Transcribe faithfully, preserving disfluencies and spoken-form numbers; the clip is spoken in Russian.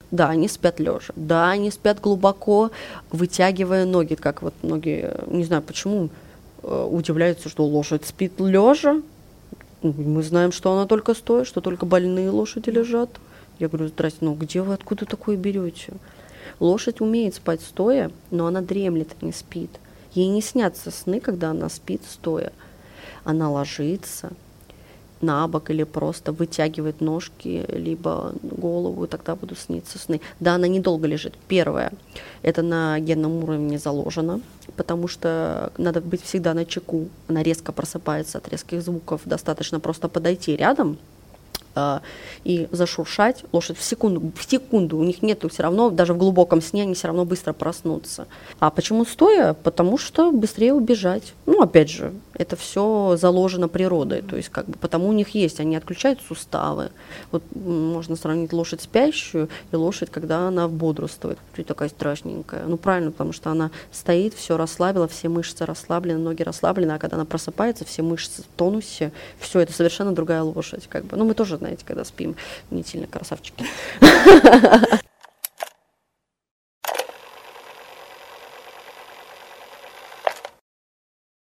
Да, они спят лежа. Да, они спят глубоко, вытягивая ноги, как вот многие, не знаю почему, удивляются, что лошадь спит лежа. Мы знаем, что она только стоя, что только больные лошади лежат. Я говорю, здрасте, ну где вы, откуда такое берете? Лошадь умеет спать стоя, но она дремлет, а не спит. Ей не снятся сны, когда она спит стоя. Она ложится на бок или просто вытягивает ножки, либо голову, и тогда будут сниться сны. Да, она недолго лежит. Первое, это на генном уровне заложено, потому что надо быть всегда на чеку. Она резко просыпается от резких звуков, достаточно просто подойти рядом и зашуршать. Лошадь в секунду, в секунду, у них нету все равно, даже в глубоком сне они все равно быстро проснутся. А почему стоя? Потому что быстрее убежать. Ну, опять же, это все заложено природой, то есть как бы потому у них есть, они отключают суставы. Вот можно сравнить лошадь спящую и лошадь, когда она бодрствует. Такая страшненькая. Ну, правильно, потому что она стоит, все расслабила, все мышцы расслаблены, ноги расслаблены, а когда она просыпается, все мышцы в тонусе, все, это совершенно другая лошадь, как бы. Ну, мы тоже, знаете, когда спим, не сильно красавчики.